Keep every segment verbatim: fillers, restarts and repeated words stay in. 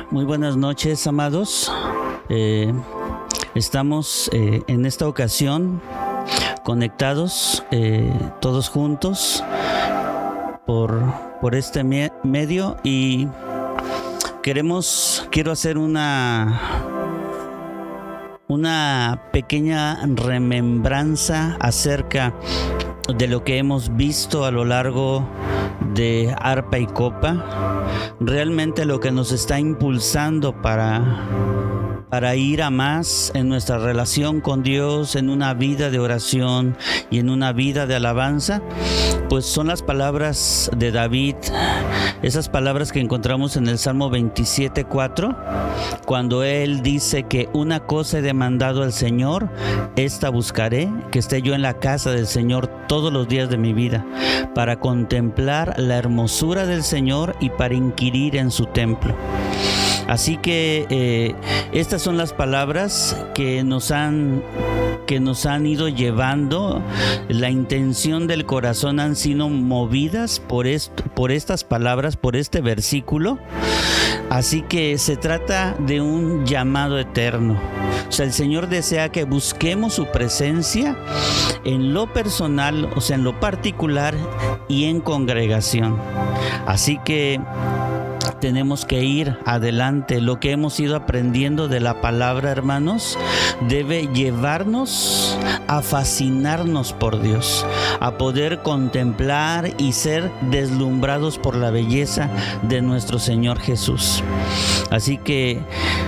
Muy buenas noches, amados. Eh, estamos eh, en esta ocasión conectados eh, todos juntos por, por este me- medio y queremos, quiero hacer una, una pequeña remembranza acerca de lo que hemos visto a lo largo de Arpa y Copa. Realmente lo que nos está impulsando para, para ir a más en nuestra relación con Dios, en una vida de oración y en una vida de alabanza, pues son las palabras de David, esas palabras que encontramos en el Salmo veintisiete cuatro, cuando él dice que una cosa he demandado al Señor, esta buscaré, que esté yo en la casa del Señor todos los días de mi vida, para contemplar la hermosura del Señor y para inquirir en su templo. Así que eh, estas son las palabras que nos han que nos han ido llevando. La intención del corazón han sido movidas por esto, por estas palabras, por este versículo. Así que se trata de un llamado eterno. O sea, el Señor desea que busquemos su presencia en lo personal, o sea, en lo particular y en congregación. Así que tenemos que ir adelante. Lo que hemos ido aprendiendo de la palabra, hermanos, debe llevarnos a fascinarnos por Dios, a poder contemplar y ser deslumbrados por la belleza de nuestro Señor Jesús. Así que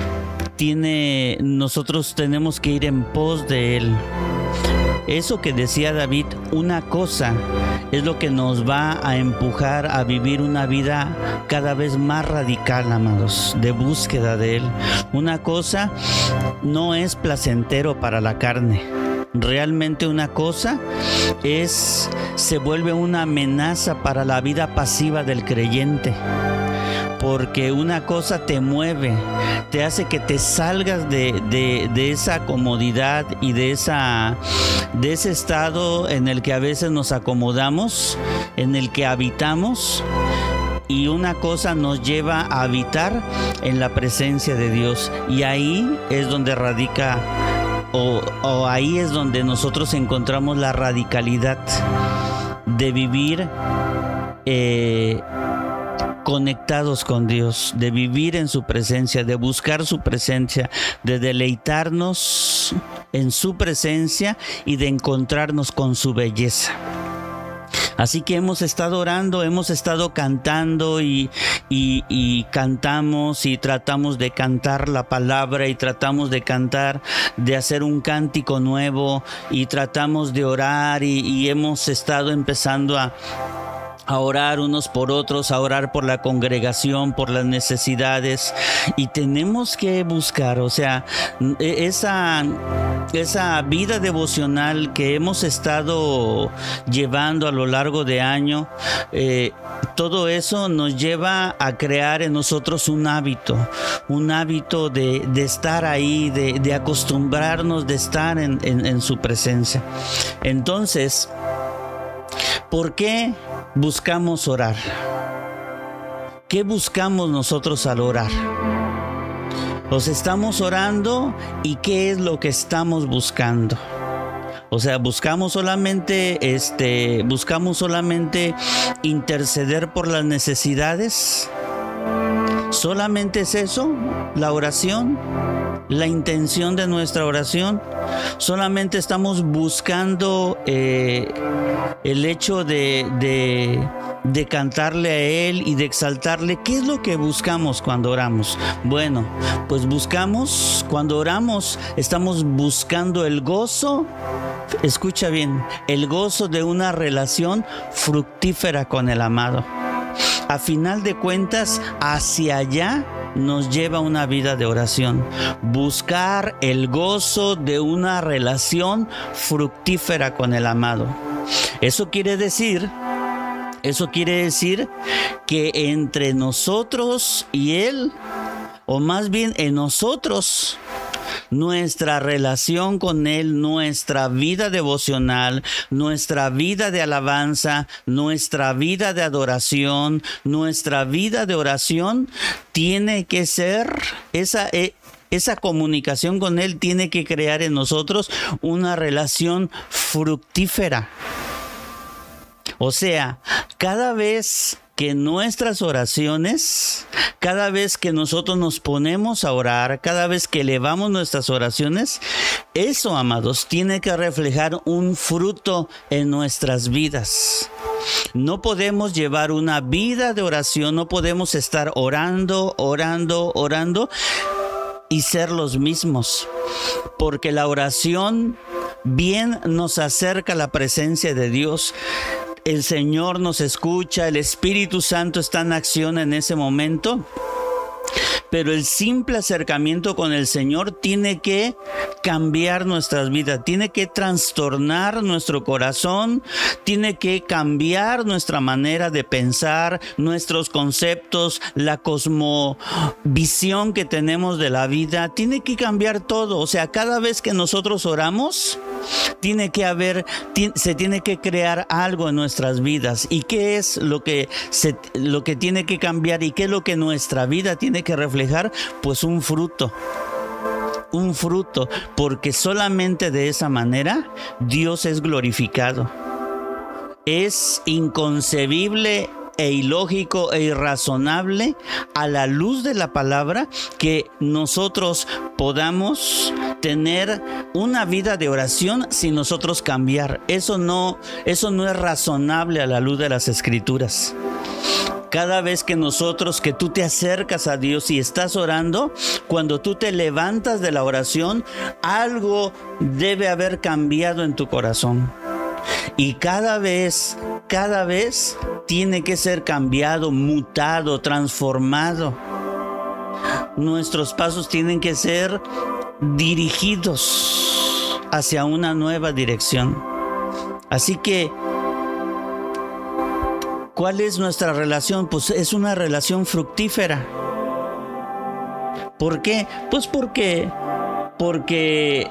tiene, nosotros tenemos que ir en pos de Él. Eso que decía David, una cosa es lo que nos va a empujar a vivir una vida cada vez más radical, amados, de búsqueda de Él. Una cosa no es placentero para la carne. Realmente una cosa es, se vuelve una amenaza para la vida pasiva del creyente. Porque una cosa te mueve, te hace que te salgas de, de, de esa comodidad y de, esa, de ese estado en el que a veces nos acomodamos, en el que habitamos, y una cosa nos lleva a habitar en la presencia de Dios. Y ahí es donde radica, o, o ahí es donde nosotros encontramos la radicalidad de vivir eh, conectados con Dios, de vivir en su presencia, de buscar su presencia, de deleitarnos en su presencia y de encontrarnos con su belleza. Así que hemos estado orando, hemos estado cantando y, y, y cantamos y tratamos de cantar la palabra y tratamos de cantar, de hacer un cántico nuevo y tratamos de orar y, y hemos estado empezando a a orar unos por otros, a orar por la congregación, por las necesidades, y tenemos que buscar, o sea, esa, esa vida devocional que hemos estado llevando a lo largo de año, eh, todo eso nos lleva a crear en nosotros un hábito, un hábito de, de estar ahí, de, de acostumbrarnos, de estar en, en, en su presencia. Entonces, ¿por qué buscamos orar? ¿Qué buscamos nosotros al orar? Los estamos orando y ¿qué es lo que estamos buscando? O sea, buscamos solamente, este, buscamos solamente interceder por las necesidades. ¿Solamente es eso? ¿La oración? ¿La intención de nuestra oración? Solamente estamos buscando eh, el hecho de, de, de cantarle a Él y de exaltarle. ¿Qué es lo que buscamos cuando oramos? Bueno, pues buscamos, cuando oramos, estamos buscando el gozo, escucha bien, el gozo de una relación fructífera con el amado. A final de cuentas, hacia allá nos lleva una vida de oración. Buscar el gozo de una relación fructífera con el amado. Eso quiere decir, eso quiere decir que entre nosotros y Él, o más bien en nosotros, nuestra relación con Él, nuestra vida devocional, nuestra vida de alabanza, nuestra vida de adoración, nuestra vida de oración tiene que ser esa... Esa comunicación con Él tiene que crear en nosotros una relación fructífera. O sea, cada vez que nuestras oraciones, cada vez que nosotros nos ponemos a orar, cada vez que elevamos nuestras oraciones, eso, amados, tiene que reflejar un fruto en nuestras vidas. No podemos llevar una vida de oración, no podemos estar orando, orando, orando y ser los mismos, porque la oración bien nos acerca a la presencia de Dios. El Señor nos escucha, el Espíritu Santo está en acción en ese momento, pero el simple acercamiento con el Señor tiene que cambiar nuestras vidas, tiene que trastornar nuestro corazón, tiene que cambiar nuestra manera de pensar, nuestros conceptos, la cosmovisión que tenemos de la vida, tiene que cambiar todo. O sea, cada vez que nosotros oramos, tiene que haber, se tiene que crear algo en nuestras vidas. ¿Y qué es lo que, se, lo que tiene que cambiar? ¿Y qué es lo que nuestra vida tiene que reflejar? Pues un fruto. Un fruto, porque solamente de esa manera Dios es glorificado. Es inconcebible e ilógico e irrazonable a la luz de la palabra que nosotros podamos tener una vida de oración sin nosotros cambiar. Eso no, eso no es razonable a la luz de las Escrituras. Cada vez que nosotros, que tú te acercas a Dios y estás orando, cuando tú te levantas de la oración, algo debe haber cambiado en tu corazón. Y cada vez, cada vez tiene que ser cambiado, mutado, transformado. Nuestros pasos tienen que ser dirigidos hacia una nueva dirección. Así que, ¿cuál es nuestra relación? Pues es una relación fructífera. ¿Por qué? Pues porque, porque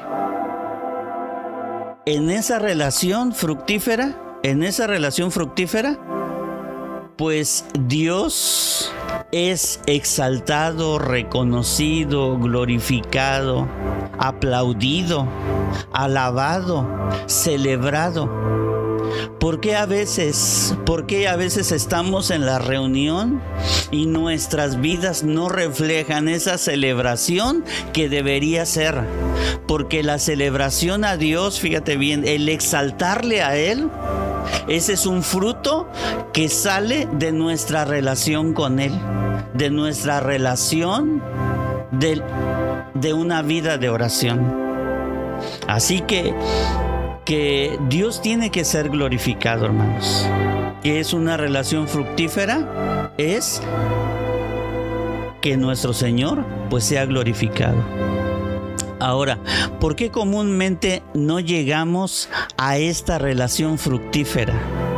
en esa relación fructífera, en esa relación fructífera, pues Dios es exaltado, reconocido, glorificado, aplaudido, alabado, celebrado. ¿Por qué a veces, por qué a veces estamos en la reunión y nuestras vidas no reflejan esa celebración que debería ser? Porque la celebración a Dios, fíjate bien, el exaltarle a Él, ese es un fruto que sale de nuestra relación con Él, de nuestra relación de, de una vida de oración. Así que que Dios tiene que ser glorificado, hermanos. ¿Qué es una relación fructífera? Es que nuestro Señor pues sea glorificado. Ahora, ¿por qué comúnmente no llegamos a esta relación fructífera?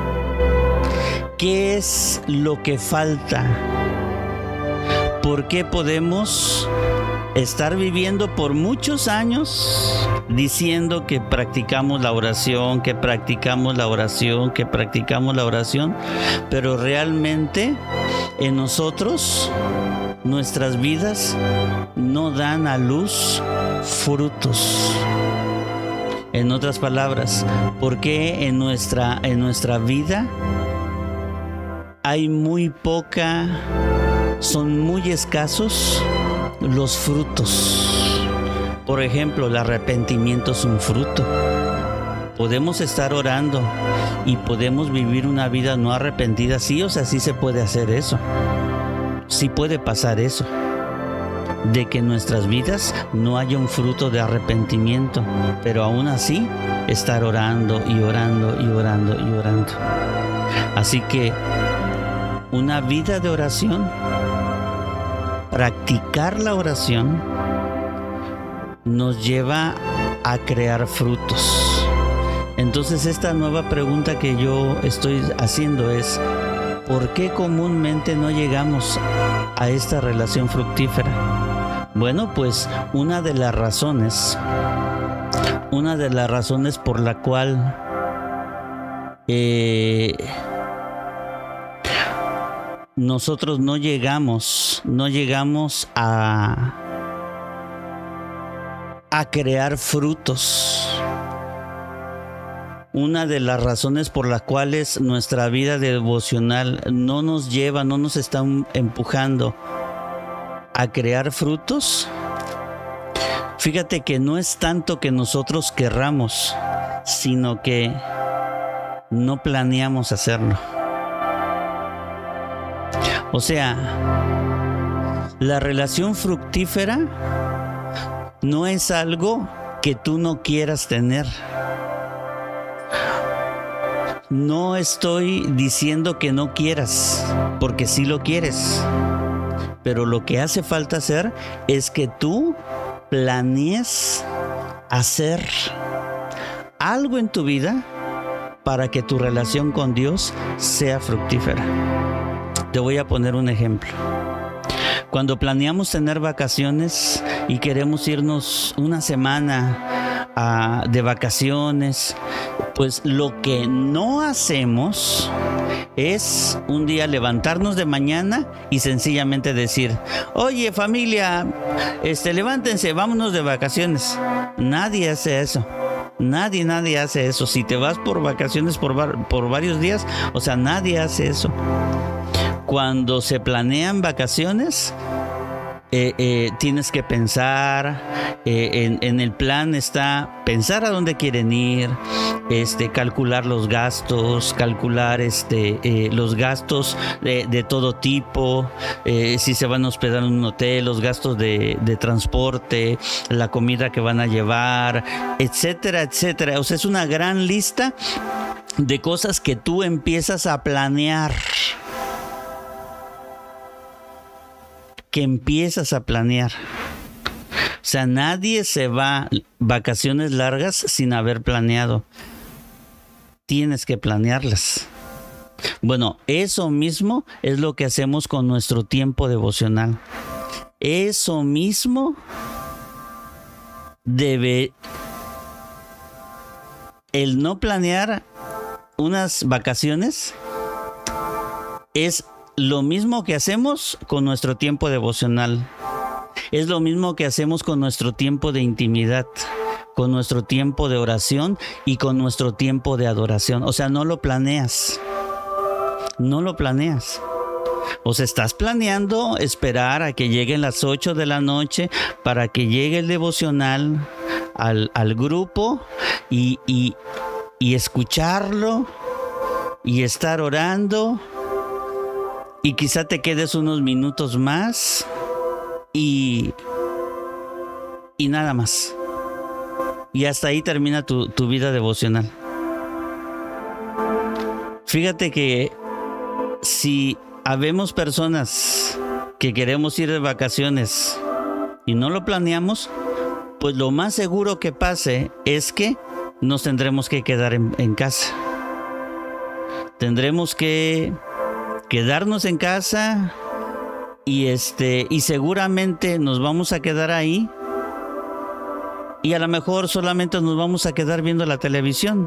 ¿Qué es lo que falta? ¿Por qué podemos estar viviendo por muchos años diciendo que practicamos la oración, que practicamos la oración, que practicamos la oración, pero realmente en nosotros, nuestras vidas no dan a luz frutos? En otras palabras, ¿por qué en nuestra, en nuestra vida hay muy poca, son muy escasos los frutos? Por ejemplo, el arrepentimiento es un fruto. Podemos estar orando y podemos vivir una vida no arrepentida. Sí, o sea, sí se puede hacer eso. Sí puede pasar eso. De que en nuestras vidas no haya un fruto de arrepentimiento. Pero aún así, estar orando y orando y orando y orando. Así que una vida de oración, practicar la oración, nos lleva a crear frutos. Entonces esta nueva pregunta que yo estoy haciendo es: ¿por qué comúnmente no llegamos a esta relación fructífera? Bueno, pues una de las razones, una de las razones por la cual eh, nosotros no llegamos, no llegamos a, a crear frutos. Una de las razones por las cuales nuestra vida devocional no nos lleva, no nos está empujando a crear frutos, fíjate que no es tanto que nosotros querramos, sino que no planeamos hacerlo. O sea, la relación fructífera no es algo que tú no quieras tener. No estoy diciendo que no quieras, porque sí lo quieres. Pero lo que hace falta hacer es que tú planees hacer algo en tu vida para que tu relación con Dios sea fructífera. Te voy a poner un ejemplo. Cuando planeamos tener vacaciones y queremos irnos una semana uh, de vacaciones, pues lo que no hacemos es un día levantarnos de mañana y sencillamente decir: oye, familia, este, levántense, vámonos de vacaciones. Nadie hace eso. Nadie, nadie hace eso. Si te vas por vacaciones por, var- por varios días, o sea, nadie hace eso. Cuando se planean vacaciones, Eh, eh, tienes que pensar, eh, en, en el plan está pensar a dónde quieren ir, este, calcular los gastos, calcular este, eh, los gastos de, de todo tipo, eh, si se van a hospedar en un hotel, los gastos de, de transporte, la comida que van a llevar, etcétera, etcétera. O sea, es una gran lista de cosas que tú empiezas a planear. que empiezas a planear. O sea, nadie se va vacaciones largas sin haber planeado. Tienes que planearlas. Bueno, eso mismo es lo que hacemos con nuestro tiempo devocional. Eso mismo debe... El no planear unas vacaciones es lo mismo que hacemos con nuestro tiempo devocional. Es lo mismo que hacemos con nuestro tiempo de intimidad, con nuestro tiempo de oración y con nuestro tiempo de adoración. O sea, no lo planeas. No lo planeas. O sea, estás planeando esperar a que lleguen las ocho de la noche para que llegue el devocional al, al grupo y, y, y escucharlo y estar orando. Y quizá te quedes unos minutos más y, y nada más. Y hasta ahí termina tu, tu vida devocional. Fíjate que si habemos personas que queremos ir de vacaciones y no lo planeamos, pues lo más seguro que pase es que nos tendremos que quedar en, en casa. Tendremos que quedarnos en casa y este y seguramente nos vamos a quedar ahí y a lo mejor solamente nos vamos a quedar viendo la televisión.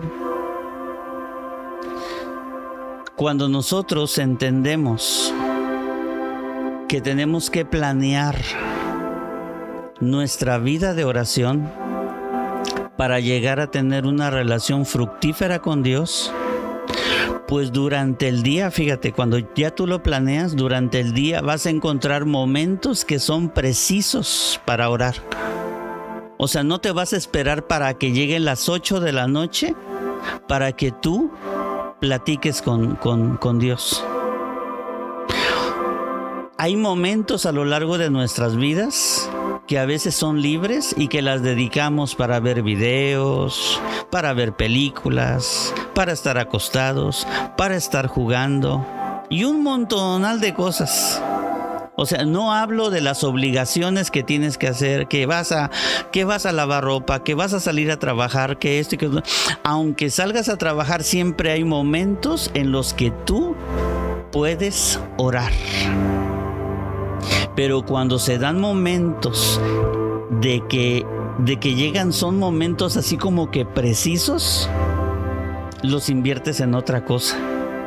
Cuando nosotros entendemos que tenemos que planear nuestra vida de oración para llegar a tener una relación fructífera con Dios, pues durante el día, fíjate, cuando ya tú lo planeas, durante el día vas a encontrar momentos que son precisos para orar. O sea, no te vas a esperar para que lleguen las ocho de la noche para que tú platiques con, con, con Dios. Hay momentos a lo largo de nuestras vidas que a veces son libres y que las dedicamos para ver videos, para ver películas, para estar acostados, para estar jugando y un montonal de cosas. O sea, no hablo de las obligaciones que tienes que hacer, que vas a, que vas a lavar ropa, que vas a salir a trabajar, que esto y que... Aunque salgas a trabajar, siempre hay momentos en los que tú puedes orar. Pero cuando se dan momentos de que, de que llegan, son momentos así como que precisos, los inviertes en otra cosa.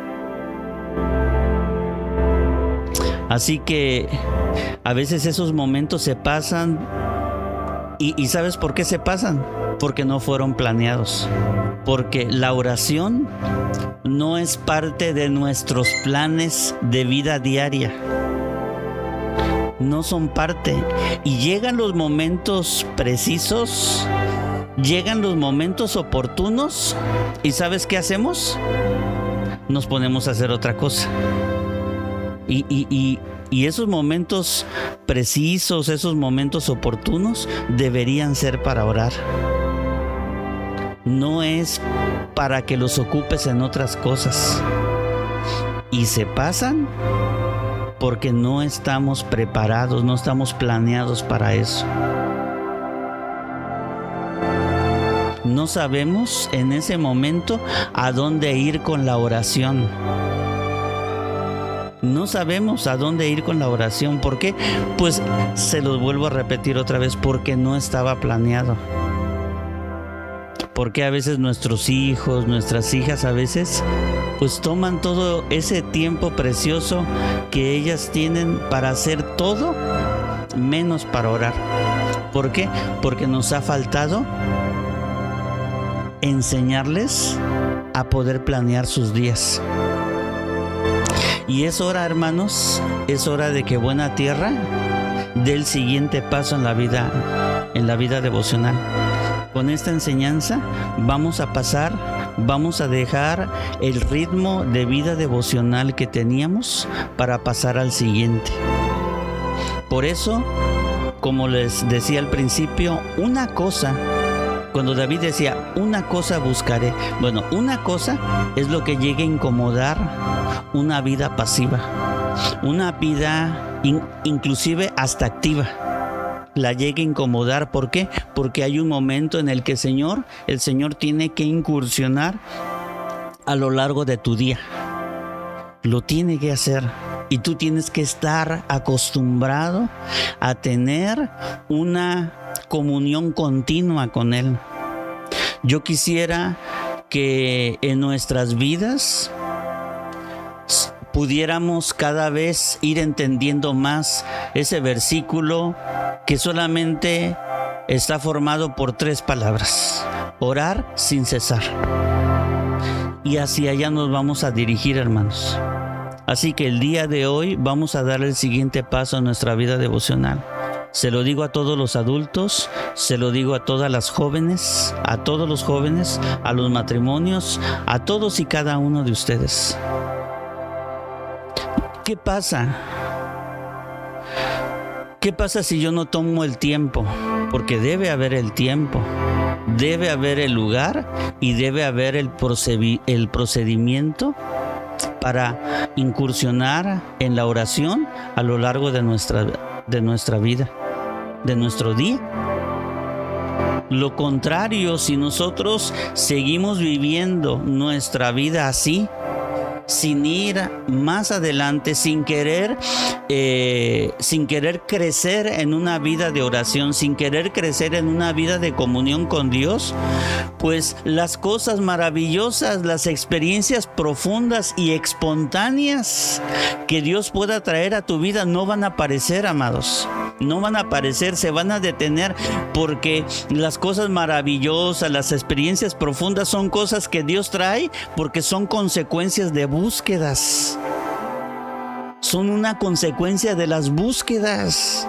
Así que a veces esos momentos se pasan y, y ¿sabes por qué se pasan? Porque no fueron planeados. Porque la oración no es parte de nuestros planes de vida diaria. No son parte. Y llegan los momentos precisos, llegan los momentos oportunos, ¿y sabes qué hacemos? Nos ponemos a hacer otra cosa. Y, y, y, y esos momentos precisos, esos momentos oportunos deberían ser para orar. No es para que los ocupes en otras cosas. Y se pasan porque no estamos preparados, no estamos planeados para eso. No sabemos en ese momento a dónde ir con la oración. No sabemos a dónde ir con la oración. ¿Por qué? Pues se los vuelvo a repetir otra vez, porque no estaba planeado. Porque a veces nuestros hijos, nuestras hijas a veces, pues toman todo ese tiempo precioso que ellas tienen para hacer todo, menos para orar. ¿Por qué? Porque nos ha faltado enseñarles a poder planear sus días. Y es hora, hermanos, es hora de que Buena Tierra dé el siguiente paso en la vida, en la vida devocional. Con esta enseñanza vamos a pasar, vamos a dejar el ritmo de vida devocional que teníamos para pasar al siguiente. Por eso, como les decía al principio, una cosa, cuando David decía, una cosa buscaré. Bueno, una cosa es lo que llegue a incomodar una vida pasiva, una vida in, inclusive hasta activa. La llegue a incomodar. ¿Por qué? Porque hay un momento en el que Señor, el Señor tiene que incursionar a lo largo de tu día. Lo tiene que hacer. Y tú tienes que estar acostumbrado a tener una comunión continua con Él. Yo quisiera que en nuestras vidas pudiéramos cada vez ir entendiendo más ese versículo que solamente está formado por tres palabras: orar sin cesar. Y hacia allá nos vamos a dirigir, hermanos. Así que el día de hoy vamos a dar el siguiente paso a nuestra vida devocional. Se lo digo a todos los adultos, se lo digo a todas las jóvenes, a todos los jóvenes, a los matrimonios, a todos y cada uno de ustedes. ¿Qué pasa? ¿Qué pasa si yo no tomo el tiempo? Porque debe haber el tiempo, debe haber el lugar y debe haber el, procedi- el procedimiento para incursionar en la oración a lo largo de nuestra, de nuestra vida, de nuestro día. Lo contrario, si nosotros seguimos viviendo nuestra vida así, sin ir más adelante, sin querer, eh, sin querer crecer en una vida de oración, sin querer crecer en una vida de comunión con Dios, pues las cosas maravillosas, las experiencias profundas y espontáneas que Dios pueda traer a tu vida no van a aparecer, amados. No van a aparecer, se van a detener, porque las cosas maravillosas, las experiencias profundas son cosas que Dios trae porque son consecuencias de búsquedas. Son una consecuencia de las búsquedas.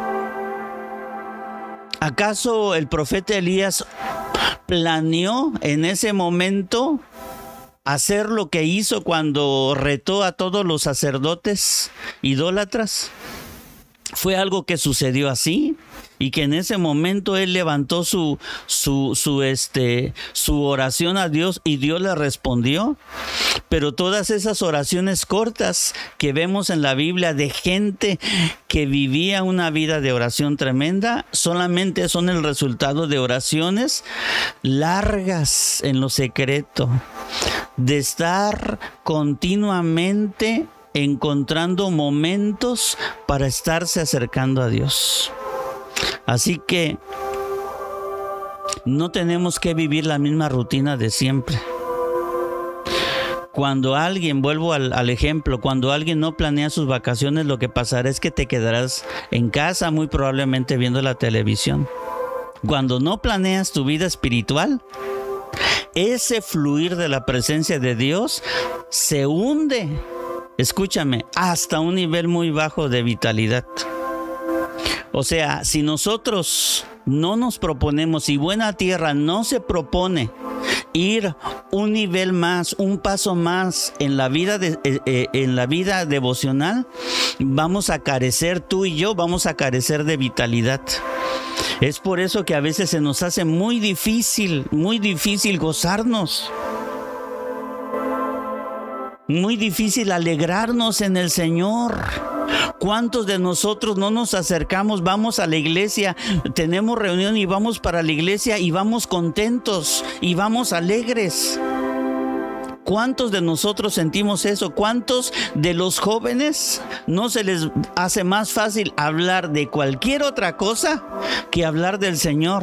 ¿Acaso el profeta Elías planeó en ese momento hacer lo que hizo cuando retó a todos los sacerdotes idólatras? Fue algo que sucedió así, y que en ese momento él levantó su, su, su, este, su oración a Dios y Dios le respondió. Pero todas esas oraciones cortas que vemos en la Biblia de gente que vivía una vida de oración tremenda, solamente son el resultado de oraciones largas en lo secreto, de estar continuamente encontrando momentos para estarse acercando a Dios. Así que no tenemos que vivir la misma rutina de siempre. Cuando alguien, vuelvo al, al ejemplo, cuando alguien no planea sus vacaciones, lo que pasará es que te quedarás en casa, muy probablemente viendo la televisión. Cuando no planeas tu vida espiritual, ese fluir de la presencia de Dios se hunde, escúchame, hasta un nivel muy bajo de vitalidad. O sea, si nosotros no nos proponemos, si Buena Tierra no se propone ir un nivel más, un paso más en la vida de, eh, en la vida devocional, vamos a carecer, tú y yo vamos a carecer de vitalidad. Es por eso que a veces se nos hace muy difícil, muy difícil gozarnos. Muy difícil alegrarnos en el Señor. ¿Cuántos de nosotros no nos acercamos, vamos a la iglesia, tenemos reunión y vamos para la iglesia y vamos contentos y vamos alegres? ¿Cuántos de nosotros sentimos eso? ¿Cuántos de los jóvenes no se les hace más fácil hablar de cualquier otra cosa que hablar del Señor?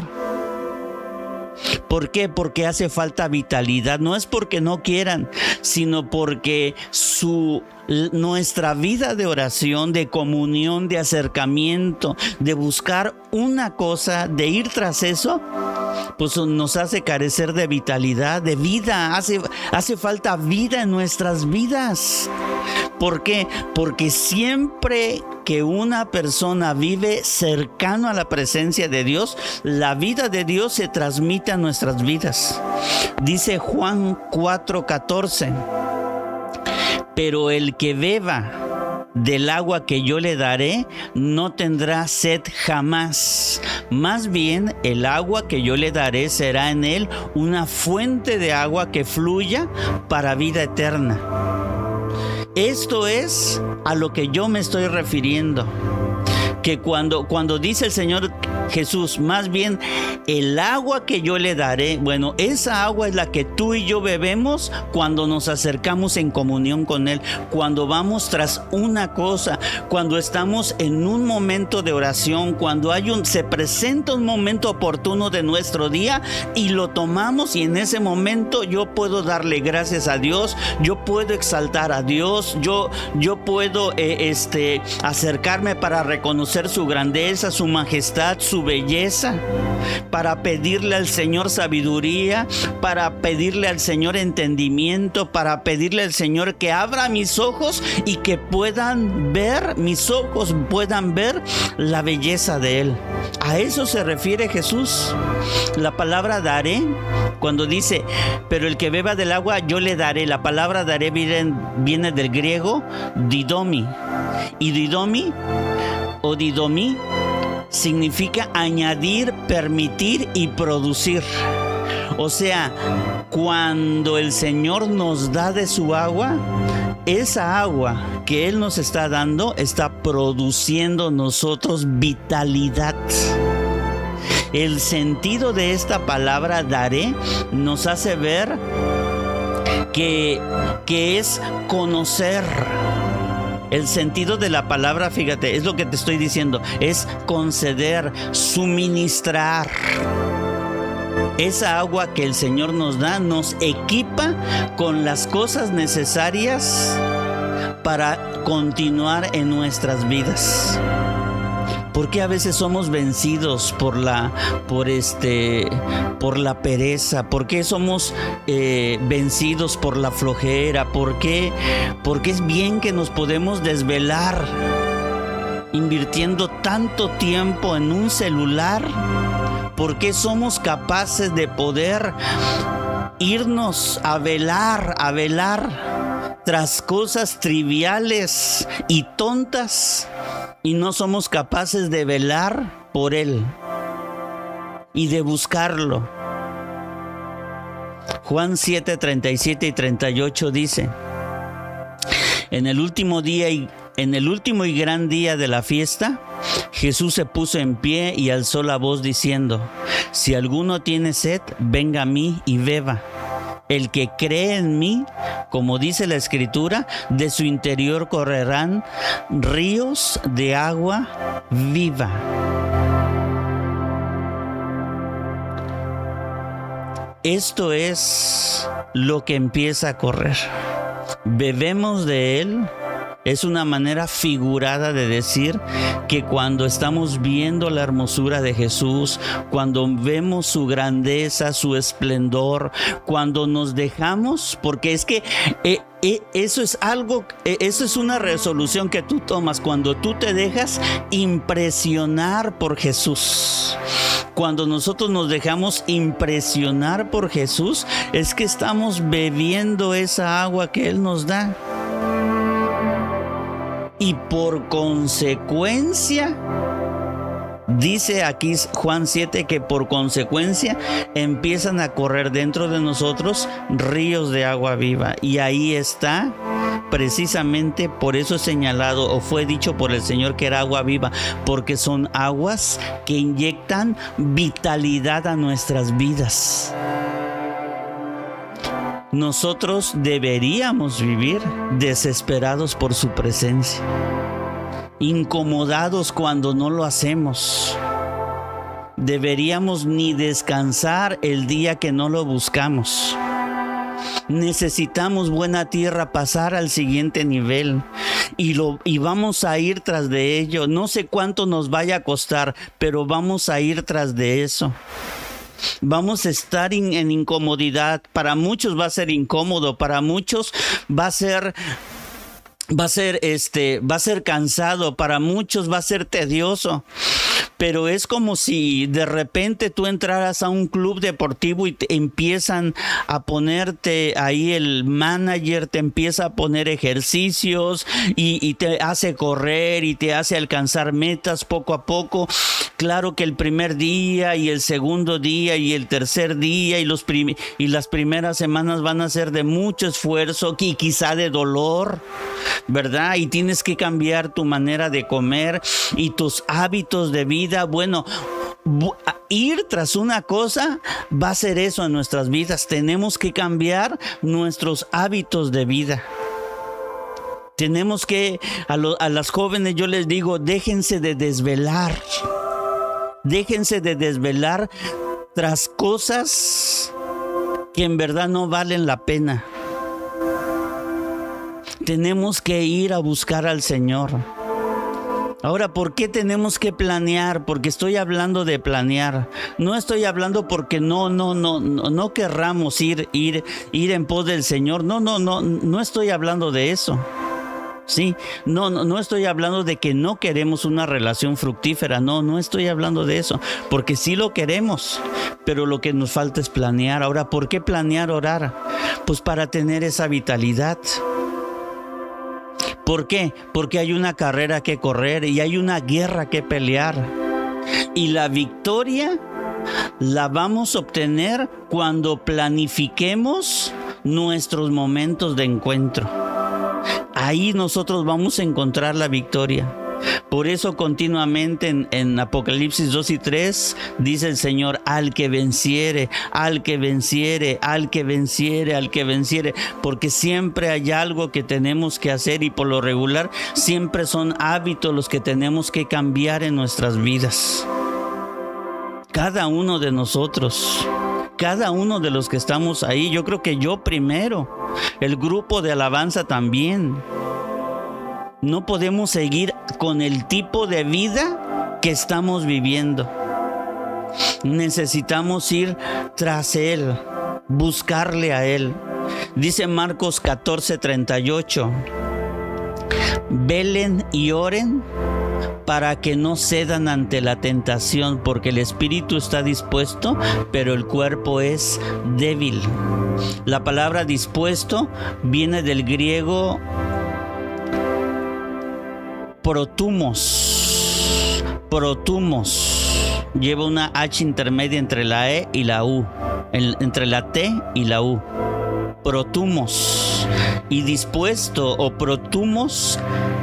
¿Por qué? Porque hace falta vitalidad. No es porque no quieran, sino porque su, nuestra vida de oración, de comunión, de acercamiento, de buscar una cosa, de ir tras eso, pues nos hace carecer de vitalidad, de vida. Hace, hace falta vida en nuestras vidas. ¿Por qué? Porque siempre que una persona vive cercano a la presencia de Dios, la vida de Dios se transmite a nuestras vidas. Dice Juan cuatro catorce, pero el que beba del agua que yo le daré no tendrá sed jamás. Más bien, el agua que yo le daré será en él una fuente de agua que fluya para vida eterna. Esto es a lo que yo me estoy refiriendo. Que cuando, cuando dice el Señor Jesús, más bien el agua que yo le daré, bueno, esa agua es la que tú y yo bebemos cuando nos acercamos en comunión con Él, cuando vamos tras una cosa, cuando estamos en un momento de oración, cuando hay un, se presenta un momento oportuno de nuestro día y lo tomamos, y en ese momento yo puedo darle gracias a Dios, yo puedo exaltar a Dios, yo, yo puedo eh, este, acercarme para reconocer su grandeza, su majestad, su belleza, para pedirle al Señor sabiduría, para pedirle al Señor entendimiento, para pedirle al Señor que abra mis ojos y que puedan ver, mis ojos puedan ver la belleza de Él. A eso se refiere Jesús. La palabra daré, cuando dice, pero el que beba del agua yo le daré, la palabra daré viene, viene del griego didomi, y didomi o didomi significa añadir, permitir y producir. O sea, cuando el Señor nos da de su agua, esa agua que Él nos está dando está produciendo nosotros vitalidad. El sentido de esta palabra daré nos hace ver que, que es conocer. El sentido de la palabra, fíjate, es lo que te estoy diciendo, es conceder, suministrar. Esa agua que el Señor nos da nos equipa con las cosas necesarias para continuar en nuestras vidas. ¿Por qué a veces somos vencidos por la, por este, por la pereza? ¿Por qué somos eh, vencidos por la flojera? ¿Por qué? Porque es bien que nos podemos desvelar invirtiendo tanto tiempo en un celular. ¿Por qué somos capaces de poder irnos a velar, a velar tras cosas triviales y tontas? Y no somos capaces de velar por Él y de buscarlo. Juan siete, treinta y siete y treinta y ocho dice, en el último día y en el último y gran día de la fiesta, Jesús se puso en pie y alzó la voz diciendo, si alguno tiene sed, venga a mí y beba. El que cree en mí, como dice la Escritura, de su interior correrán ríos de agua viva. Esto es lo que empieza a correr. Bebemos de él. Es una manera figurada de decir que cuando estamos viendo la hermosura de Jesús, cuando vemos su grandeza, su esplendor, cuando nos dejamos, porque es que eh, eh, eso es algo, eh, eso es una resolución que tú tomas cuando tú te dejas impresionar por Jesús. Cuando nosotros nos dejamos impresionar por Jesús, es que estamos bebiendo esa agua que Él nos da. Y por consecuencia, dice aquí Juan siete que por consecuencia empiezan a correr dentro de nosotros ríos de agua viva. Y ahí está, precisamente por eso es señalado o fue dicho por el Señor que era agua viva, porque son aguas que inyectan vitalidad a nuestras vidas. Nosotros deberíamos vivir desesperados por su presencia, incomodados cuando no lo hacemos. Deberíamos ni descansar el día que no lo buscamos. Necesitamos buena tierra, pasar al siguiente nivel y, lo, y vamos a ir tras de ello. No sé cuánto nos vaya a costar, pero vamos a ir tras de eso. Vamos a estar in, en incomodidad. Para muchos va a ser incómodo, para muchos va a ser va a ser este va a ser cansado, para muchos va a ser tedioso. Pero es como si de repente tú entraras a un club deportivo y te empiezan a ponerte ahí, el manager te empieza a poner ejercicios y, y te hace correr y te hace alcanzar metas poco a poco. Claro que el primer día y el segundo día y el tercer día y, los prim- y las primeras semanas van a ser de mucho esfuerzo y quizá de dolor, ¿verdad? Y tienes que cambiar tu manera de comer y tus hábitos de vida. Bueno, ir tras una cosa va a ser eso en nuestras vidas. Tenemos que cambiar nuestros hábitos de vida. Tenemos que, a, lo, a las jóvenes yo les digo, déjense de desvelar. Déjense de desvelar tras cosas que en verdad no valen la pena. Tenemos que ir a buscar al Señor. Ahora, ¿por qué tenemos que planear? Porque estoy hablando de planear. No estoy hablando porque no, no, no, no, no querramos ir, ir, ir en pos del Señor. No, no, no, no estoy hablando de eso. Sí, no, no, no estoy hablando de que no queremos una relación fructífera. No, no estoy hablando de eso. Porque sí lo queremos, pero lo que nos falta es planear. Ahora, ¿por qué planear orar? Pues para tener esa vitalidad. ¿Por qué? Porque hay una carrera que correr y hay una guerra que pelear. Y la victoria la vamos a obtener cuando planifiquemos nuestros momentos de encuentro. Ahí nosotros vamos a encontrar la victoria. Por eso continuamente en, en Apocalipsis dos y tres dice el Señor: al que venciere, al que venciere, al que venciere, al que venciere. Porque siempre hay algo que tenemos que hacer y por lo regular siempre son hábitos los que tenemos que cambiar en nuestras vidas. Cada uno de nosotros, cada uno de los que estamos ahí, yo creo que yo primero, el grupo de alabanza también. No podemos seguir con el tipo de vida que estamos viviendo. Necesitamos ir tras Él, buscarle a Él. Dice Marcos catorce treinta y ocho: velen y oren para que no cedan ante la tentación, porque el espíritu está dispuesto, pero el cuerpo es débil. La palabra dispuesto viene del griego protumos. Protumos. Lleva una H intermedia entre la E y la U. El, entre la T y la U. Protumos. Y dispuesto o protumos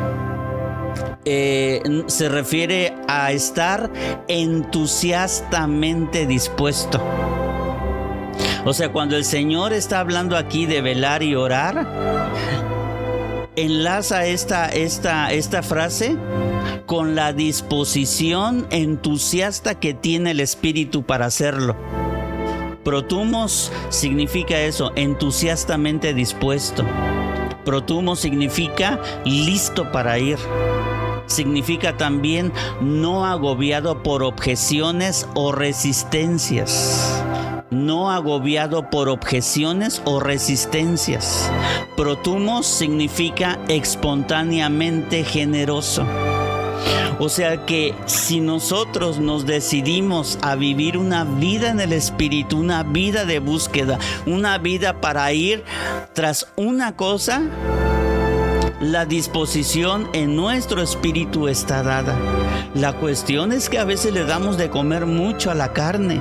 eh, se refiere a estar entusiastamente dispuesto. O sea, cuando el Señor está hablando aquí de velar y orar, enlaza esta, esta, esta frase con la disposición entusiasta que tiene el Espíritu para hacerlo. Protumos significa eso, entusiastamente dispuesto. Protumos significa listo para ir. Significa también no agobiado por objeciones o resistencias. No agobiado por objeciones o resistencias. Protumos significa espontáneamente generoso. O sea que si nosotros nos decidimos a vivir una vida en el Espíritu, una vida de búsqueda, una vida para ir tras una cosa, la disposición en nuestro espíritu está dada. La cuestión es que a veces le damos de comer mucho a la carne.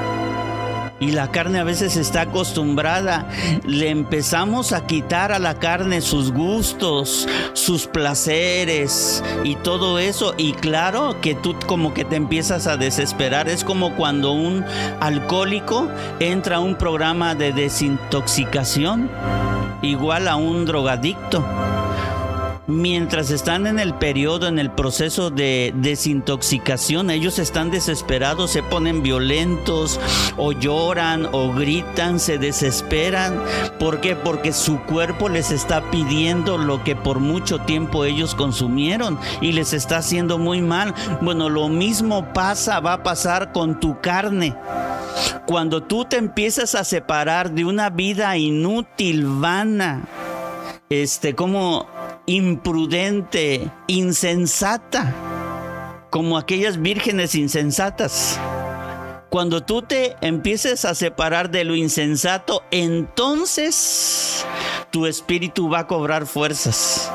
Y la carne a veces está acostumbrada. Le empezamos a quitar a la carne sus gustos, sus placeres y todo eso. Y claro que tú como que te empiezas a desesperar. Es como cuando un alcohólico entra a un programa de desintoxicación, igual a un drogadicto. Mientras están en el periodo, en el proceso de desintoxicación, ellos están desesperados, se ponen violentos, o lloran, o gritan, se desesperan. ¿Por qué? Porque su cuerpo les está pidiendo lo que por mucho tiempo ellos consumieron y les está haciendo muy mal. Bueno, lo mismo pasa, va a pasar con tu carne. Cuando tú te empiezas a separar de una vida inútil, vana, este, como imprudente, insensata, como aquellas vírgenes insensatas. Cuando tú te empieces a separar de lo insensato, entonces tu espíritu va a cobrar fuerzas.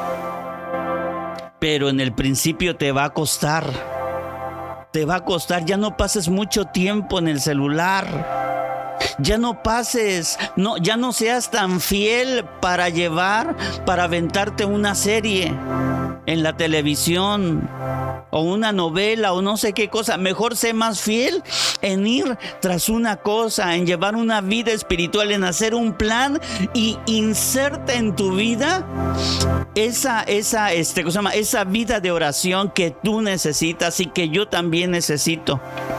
Pero en el principio te va a costar. Te va a costar. Ya no pases mucho tiempo en el celular. Ya no pases, no, ya no seas tan fiel para llevar, para aventarte una serie en la televisión o una novela o no sé qué cosa. Mejor sé más fiel en ir tras una cosa, en llevar una vida espiritual, en hacer un plan y inserta en tu vida esa, esa, este, ¿cómo se llama? Esa vida de oración que tú necesitas y que yo también necesito.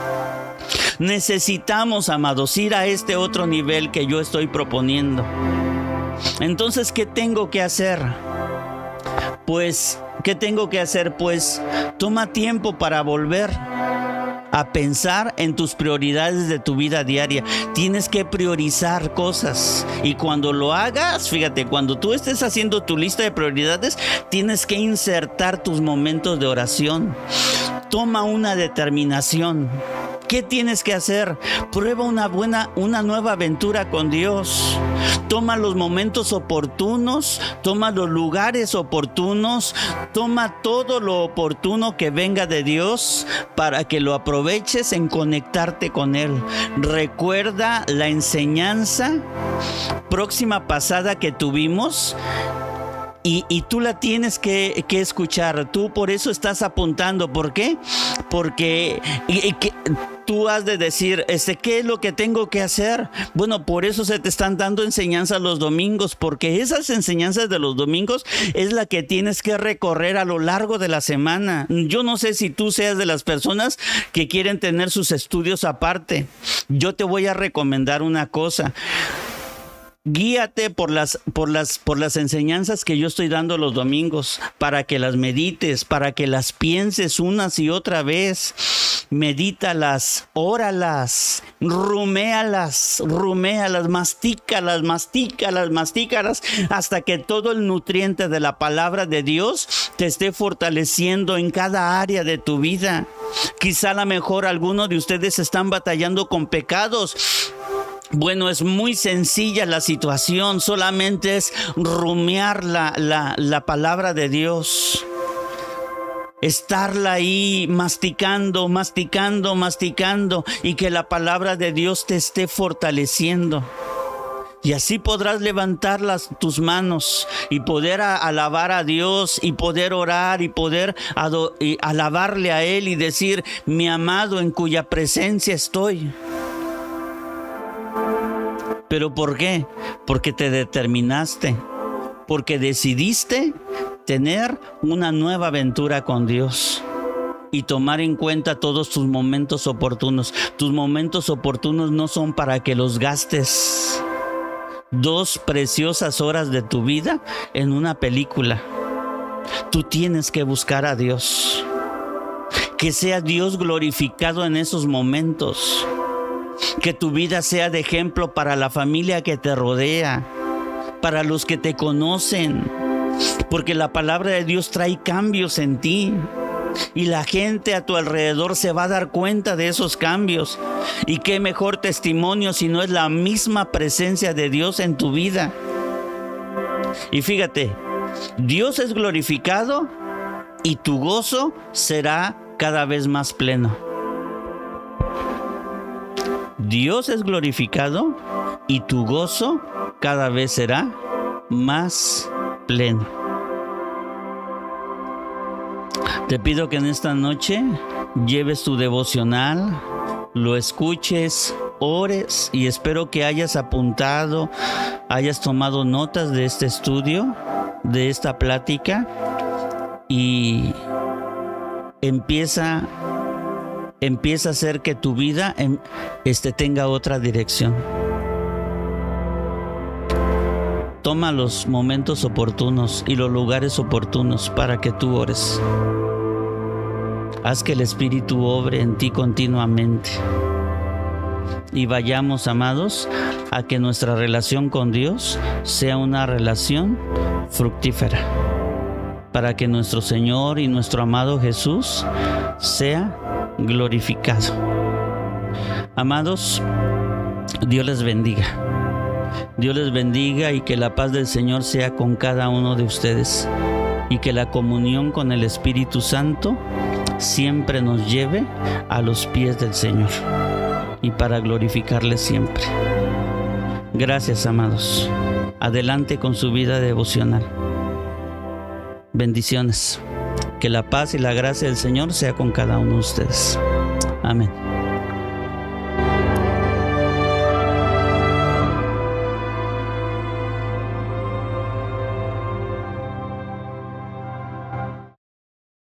Necesitamos, amados, ir a este otro nivel que yo estoy proponiendo. Entonces, ¿qué tengo que hacer? Pues, ¿qué tengo que hacer? Pues, toma tiempo para volver a pensar en tus prioridades de tu vida diaria. Tienes que priorizar cosas. Y cuando lo hagas, fíjate, cuando tú estés haciendo tu lista de prioridades, tienes que insertar tus momentos de oración. Toma una determinación. ¿Qué tienes que hacer? Prueba una buena, una nueva aventura con Dios. Toma los momentos oportunos, toma los lugares oportunos, toma todo lo oportuno que venga de Dios para que lo aproveches en conectarte con Él. Recuerda la enseñanza próxima pasada que tuvimos. Y, y tú la tienes que, que escuchar. Tú por eso estás apuntando. ¿Por qué? Porque y, y que, tú has de decir, este, ¿qué es lo que tengo que hacer? Bueno, por eso se te están dando enseñanzas los domingos. Porque esas enseñanzas de los domingos es la que tienes que recorrer a lo largo de la semana. Yo no sé si tú seas de las personas que quieren tener sus estudios aparte. Yo te voy a recomendar una cosa. Guíate por las, por las, por las enseñanzas que yo estoy dando los domingos, para que las medites, para que las pienses unas y otra vez. Medítalas, óralas, ruméalas, ruméalas, mastícalas, mastícalas, mastícalas, hasta que todo el nutriente de la palabra de Dios te esté fortaleciendo en cada área de tu vida. Quizá a lo mejor algunos de ustedes están batallando con pecados. Bueno, es muy sencilla la situación, solamente es rumiar la, la, la palabra de Dios. Estarla ahí masticando, masticando, masticando y que la palabra de Dios te esté fortaleciendo. Y así podrás levantar las, tus manos y poder a, alabar a Dios y poder orar y poder ado, y alabarle a Él y decir, mi amado en cuya presencia estoy. ¿Pero por qué? Porque te determinaste, porque decidiste tener una nueva aventura con Dios y tomar en cuenta todos tus momentos oportunos. Tus momentos oportunos no son para que los gastes dos preciosas horas de tu vida en una película. Tú tienes que buscar a Dios. Que sea Dios glorificado en esos momentos. Que tu vida sea de ejemplo para la familia que te rodea, para los que te conocen. Porque la palabra de Dios trae cambios en ti. Y la gente a tu alrededor se va a dar cuenta de esos cambios. Y qué mejor testimonio si no es la misma presencia de Dios en tu vida. Y fíjate, Dios es glorificado y tu gozo será cada vez más pleno. Dios es glorificado y tu gozo cada vez será más pleno. Te pido que en esta noche lleves tu devocional, lo escuches, ores y espero que hayas apuntado, hayas tomado notas de este estudio, de esta plática y empieza, empieza a hacer que tu vida este, tenga otra dirección. Toma los momentos oportunos y los lugares oportunos para que tú ores. Haz que el Espíritu obre en ti continuamente. Y vayamos, amados, a que nuestra relación con Dios sea una relación fructífera. Para que nuestro Señor y nuestro amado Jesús sea glorificado. Amados, Dios les bendiga. Dios les bendiga y que la paz del Señor sea con cada uno de ustedes. Y que la comunión con el Espíritu Santo siempre nos lleve a los pies del Señor y para glorificarle siempre. Gracias, amados. Adelante con su vida devocional. Bendiciones. Que la paz y la gracia del Señor sea con cada uno de ustedes. Amén.